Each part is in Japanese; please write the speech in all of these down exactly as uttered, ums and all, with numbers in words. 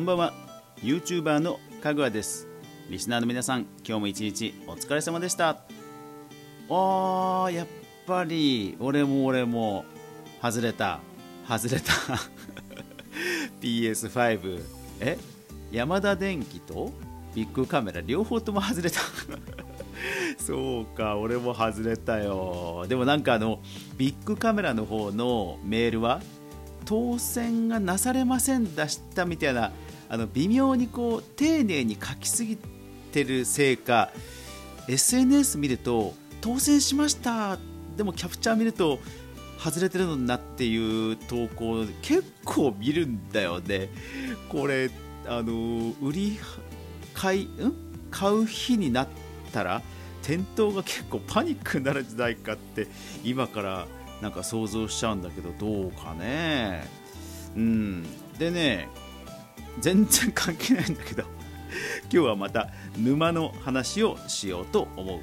ばんは。 YouTuber のかぐわです。リスナーの皆さん、今日も一日お疲れ様でした。おー、やっぱり俺も俺も外れた外れたピーエスファイブ えヤマダ電機とビッグカメラ両方とも外れたそうか、俺も外れたよ。でもなんかあのビッグカメラの方のメールは当選がなされませんでしたみたいな、あの微妙にこう丁寧に書きすぎてるせいか、 エスエヌエス 見ると当選しました、でもキャプチャー見ると外れてるのになっていう投稿結構見るんだよね。これあの売り買いん買う日になったら店頭が結構パニックになるんじゃないかって今からなんか想像しちゃうんだけど、どうかね。うんでね、全然関係ないんだけど今日はまた沼の話をしようと思う。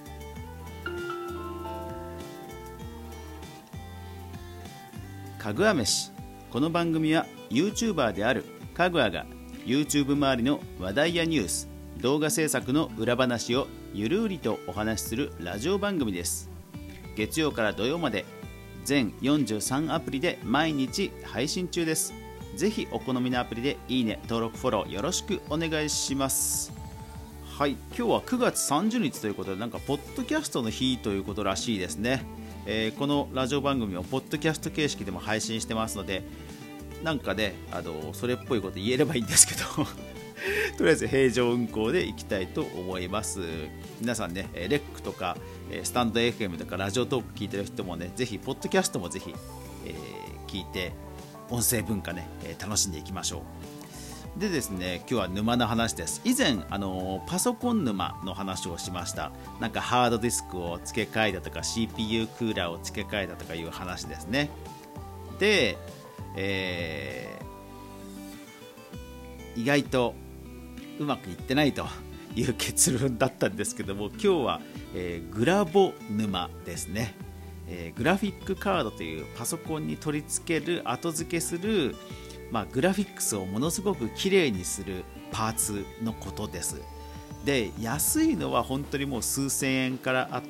かぐわ飯。この番組は YouTuber であるかぐわが YouTube 周りの話題やニュース、動画制作の裏話をゆるうりとお話しするラジオ番組です。月曜から土曜まで全よんじゅうさんアプリで毎日配信中です。ぜひお好みのアプリでいいね、登録、フォローよろしくお願いします。はい、今日はくがつさんじゅうにちということで、なんかポッドキャストの日ということらしいですね。えー、このラジオ番組をポッドキャスト形式でも配信してますので、なんかね、あのそれっぽいこと言えればいいんですけどとりあえず平常運行でいきたいと思います。皆さんね、レックとかスタンド エフエム とかラジオトーク聞いてる人もね、ぜひポッドキャストもぜひ、えー、聞いて音声文化ね、えー、楽しんでいきましょう。でですね、今日は沼の話です。以前あのパソコン沼の話をしました。なんかハードディスクを付け替えたとか シーピーユー クーラーを付け替えたとかいう話ですね。で、えー、意外とうまくいってないという結論だったんですけども、今日は、えー、グラボ沼ですね。えー、グラフィックカードというパソコンに取り付ける、後付けする、まあ、グラフィックスをものすごく綺麗にするパーツのことです。で、安いのは本当にもう数千円からあって、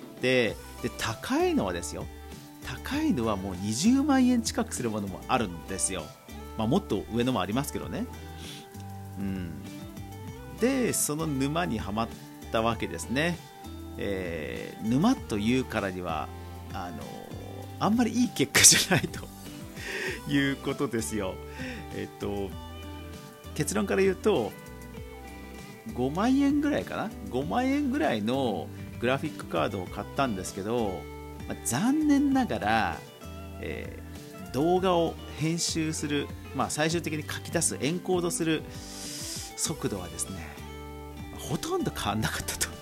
で高いのはですよ、高いのはもうにじゅうまんえん近くするものもあるんですよ。まあ、もっと上のもありますけどね。うんでその沼にはまったわけですね。えー、沼というからにはあのあんまりいい結果じゃないということですよ。えっと結論から言うとごまんえんぐらいかな、ごまんえんぐらいのグラフィックカードを買ったんですけど、まあ、残念ながら、えー、動画を編集する、まあ、最終的に書き出すエンコードする速度はですね、ほとんど変わんなかったと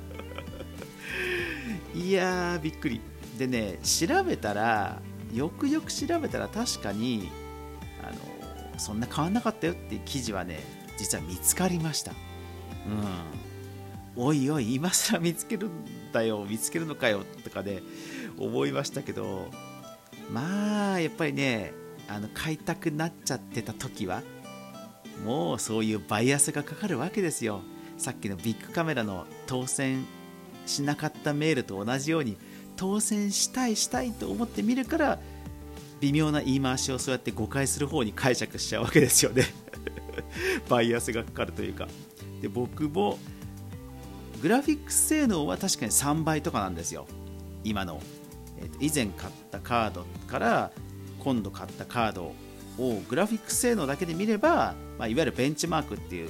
いやーびっくりでね、調べたらよくよく調べたら確かにあのそんな変わんなかったよっていう記事はね、実は見つかりました。うん、おいおい今更見つけるんだよ、見つけるのかよとかね思いましたけど、まあやっぱりね、あの買いたくなっちゃってた時はもうそういうバイアスがかかるわけですよ。さっきのビッグカメラの当選しなかったメールと同じように、当選したいしたいと思ってみるから微妙な言い回しをそうやって誤解する方に解釈しちゃうわけですよねバイアスがかかるというか。で僕もグラフィックス性能は確かにさんばいとかなんですよ。今の、えーと、以前買ったカードから今度買ったカードをグラフィック性能だけで見れば、まあ、いわゆるベンチマークっていう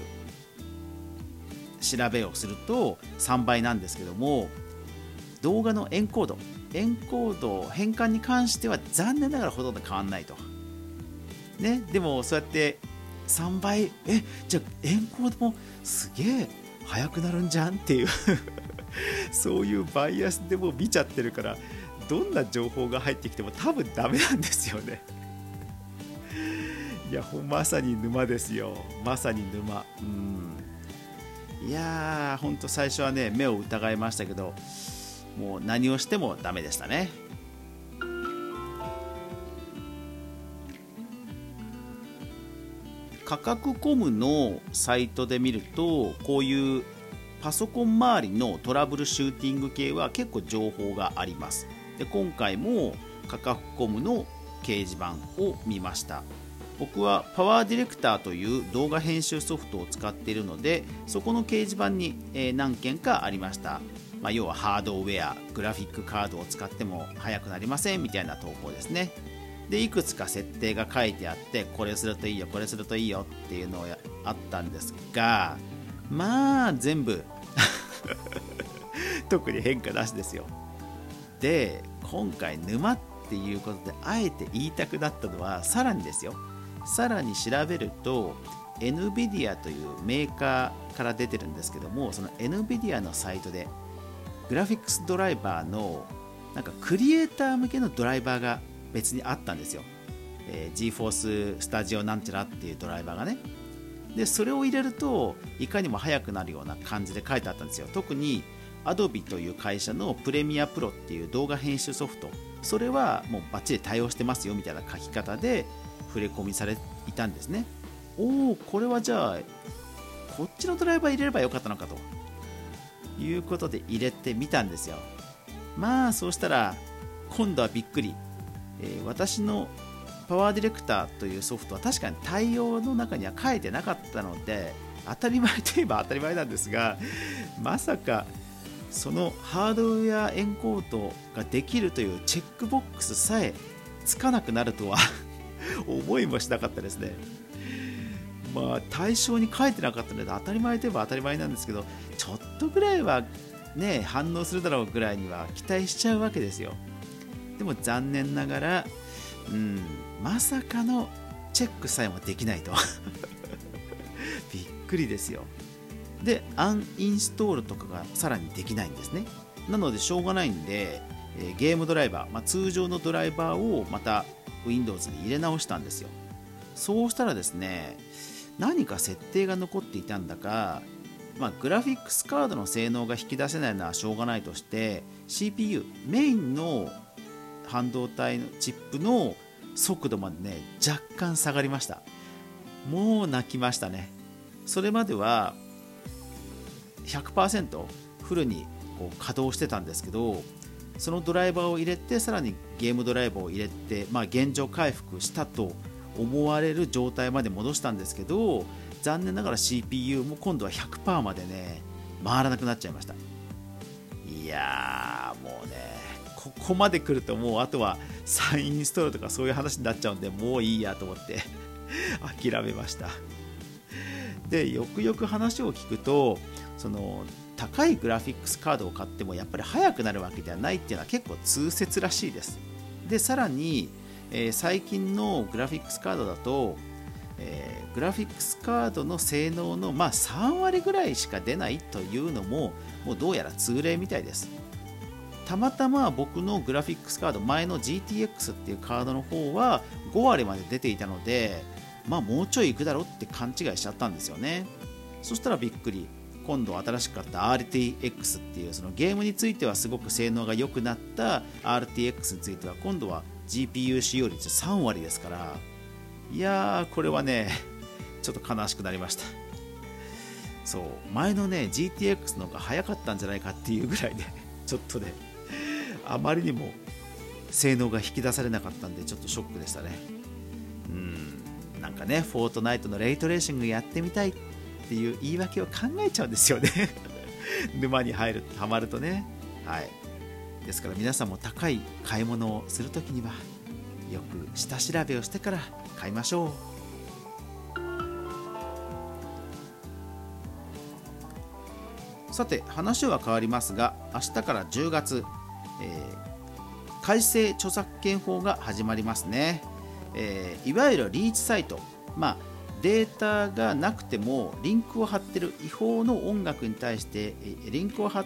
調べをするとさんばいなんですけども、動画のエンコードエンコード変換に関しては残念ながらほとんど変わんないと、ね、でもそうやってさんばい、えじゃあエンコードもすげえ速くなるんじゃんっていうそういうバイアスでも見ちゃってるから、どんな情報が入ってきても多分ダメなんですよねいやまさに沼ですよ、まさに沼。うんいやーほんと最初はね目を疑いましたけど、もう何をしてもダメでしたね。 価格コムのサイトで見ると、こういうパソコン周りのトラブルシューティング系は結構情報があります。で今回も価格コムの掲示板を見ました。僕はパワーディレクターという動画編集ソフトを使っているので、そこの掲示板に何件かありました。まあ、要はハードウェア、グラフィックカードを使っても速くなりませんみたいな投稿ですね。でいくつか設定が書いてあって、これするといいよこれするといいよっていうのがあったんですが、まあ全部特に変化なしですよ。で今回沼っていうことであえて言いたくなったのは、さらにですよ、さらに調べると エヌビディア というメーカーから出てるんですけども、その エヌビディア のサイトでグラフィックスドライバーのなんかクリエイター向けのドライバーが別にあったんですよ。えー、GeForce Studio なんちゃらっていうドライバーがね。でそれを入れるといかにも速くなるような感じで書いてあったんですよ。特に Adobe という会社のプレミアプロっていう動画編集ソフト、それはもうバッチリ対応してますよみたいな書き方で触れ込みされていたんですね。おお、これはじゃあこっちのドライバー入れればよかったのかということで入れてみたんですよ。まあそうしたら今度はびっくり、えー、私のパワーディレクターというソフトは確かに対応の中には書いてなかったので、当たり前といえば当たり前なんですが、まさかそのハードウェアエンコードができるというチェックボックスさえつかなくなるとは思いもしなかったですね。まあ対象に書いてなかったので当たり前といえば当たり前なんですけど、ちょっとぐらいはね反応するだろうぐらいには期待しちゃうわけですよ。でも残念ながら、うん、まさかのチェックさえもできないとびっくりですよ。でアンインストールとかがさらにできないんですね。なのでしょうがないんで、えー、ゲームドライバー、まあ、通常のドライバーをまた Windows に入れ直したんですよ。そうしたらですね、何か設定が残っていたんだか、まあ、グラフィックスカードの性能が引き出せないのはしょうがないとして シーピーユー メインの半導体のチップの速度までね若干下がりました。もう泣きましたね。それまでは ひゃくパーセント フルにこう稼働してたんですけど、そのドライバーを入れてさらにゲームドライバーを入れて、まあ、現状回復したと思われる状態まで戻したんですけど、残念ながら シーピーユー も今度は ひゃくパーセント までね回らなくなっちゃいました。いやーもうねここまで来るともうあとは再インストールとかそういう話になっちゃうんで、もういいやと思って諦めました。でよくよく話を聞くと、その高いグラフィックスカードを買ってもやっぱり速くなるわけではないっていうのは結構通説らしいです。でさらに、えー、最近のグラフィックスカードだと、えー、グラフィックスカードの性能の、まあ、さんわりぐらいしか出ないというのももうどうやら通例みたいです。たまたま僕のグラフィックスカード、前の ジーティーエックス っていうカードの方はごわりまで出ていたので、まあもうちょいいくだろうって勘違いしちゃったんですよね。そしたらびっくり、今度新しく買った アールティーエックス っていうそのゲームについてはすごく性能が良くなった アールティーエックス については今度は ジーピーユー 使用率さんわりですから、いやーこれはねちょっと悲しくなりました。そう前のね ジーティーエックス の方が早かったんじゃないかっていうぐらいでちょっとねあまりにも性能が引き出されなかったんでちょっとショックでしたね。うーんなんかねフォートナイトのレイトレーシングやってみたいっていう言い訳を考えちゃうんですよね沼に入るハマるとね。はいですから皆さんも高い買い物をするときにはよく下調べをしてから買いましょう。さて話は変わりますが、明日からじゅうがつ、えー、改正著作権法が始まりますね。えー、いわゆるリーチサイト、まあ、データがなくてもリンクを貼ってる違法の音楽に対してリンクを貼って、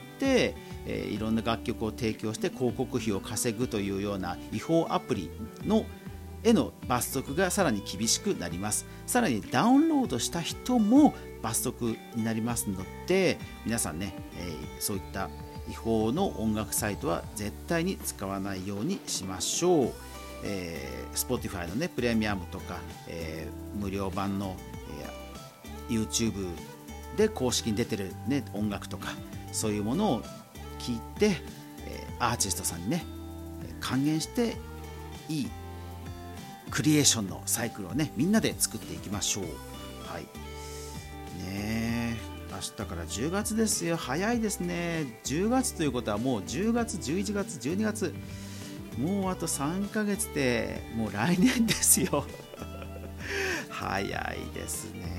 えー、いろんな楽曲を提供して広告費を稼ぐというような違法アプリのへの罰則がさらに厳しくなります。さらにダウンロードした人も罰則になりますので、皆さんね、えー、そういった違法の音楽サイトは絶対に使わないようにしましょう。 えー、Spotify のねプレミアムとか、えー、無料版の、えー、YouTube で公式に出てる、ね、音楽とかそういうものを聞いて、えー、アーティストさんにね還元していいクリエーションのサイクルをねみんなで作っていきましょう。はいね、明日からじゅうがつですよ。早いですね。じゅうがつということはもうじゅうがつ、じゅういちがつ、じゅうにがつ、もうあとさんかげつでもう来年ですよ早いですね。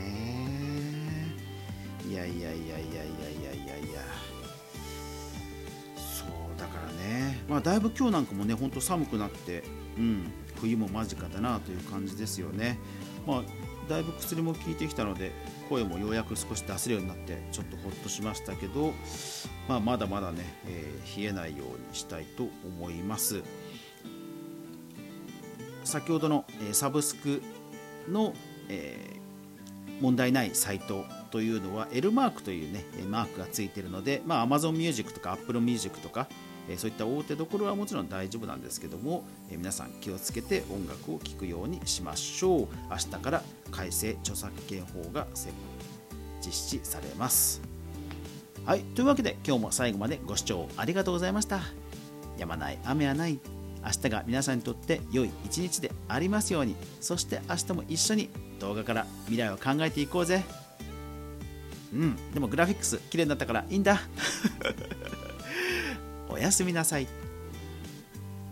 いやいやいやいやいやいやいやいや、そうだからね、まあだいぶ今日なんかもねほんと寒くなって、うん、冬も間近だなという感じですよね。まあだいぶ薬も効いてきたので声もようやく少し出せるようになってちょっとほっとしましたけど、まあ、まだまだね、えー、冷えないようにしたいと思います。先ほどの、えー、サブスクの、えー、問題ないサイトというのは L マークというねマークがついているので、まあ、Amazon Music とか Apple Music とかえー、そういった大手どころはもちろん大丈夫なんですけども、えー、皆さん気をつけて音楽を聴くようにしましょう。明日から改正著作権法が実施されます。はい、というわけで今日も最後までご視聴ありがとうございました。やまない雨はない。明日が皆さんにとって良い一日でありますように。そして明日も一緒に動画から未来を考えていこうぜ。うん、でもグラフィックス綺麗になったからいいんだおやすみなさい。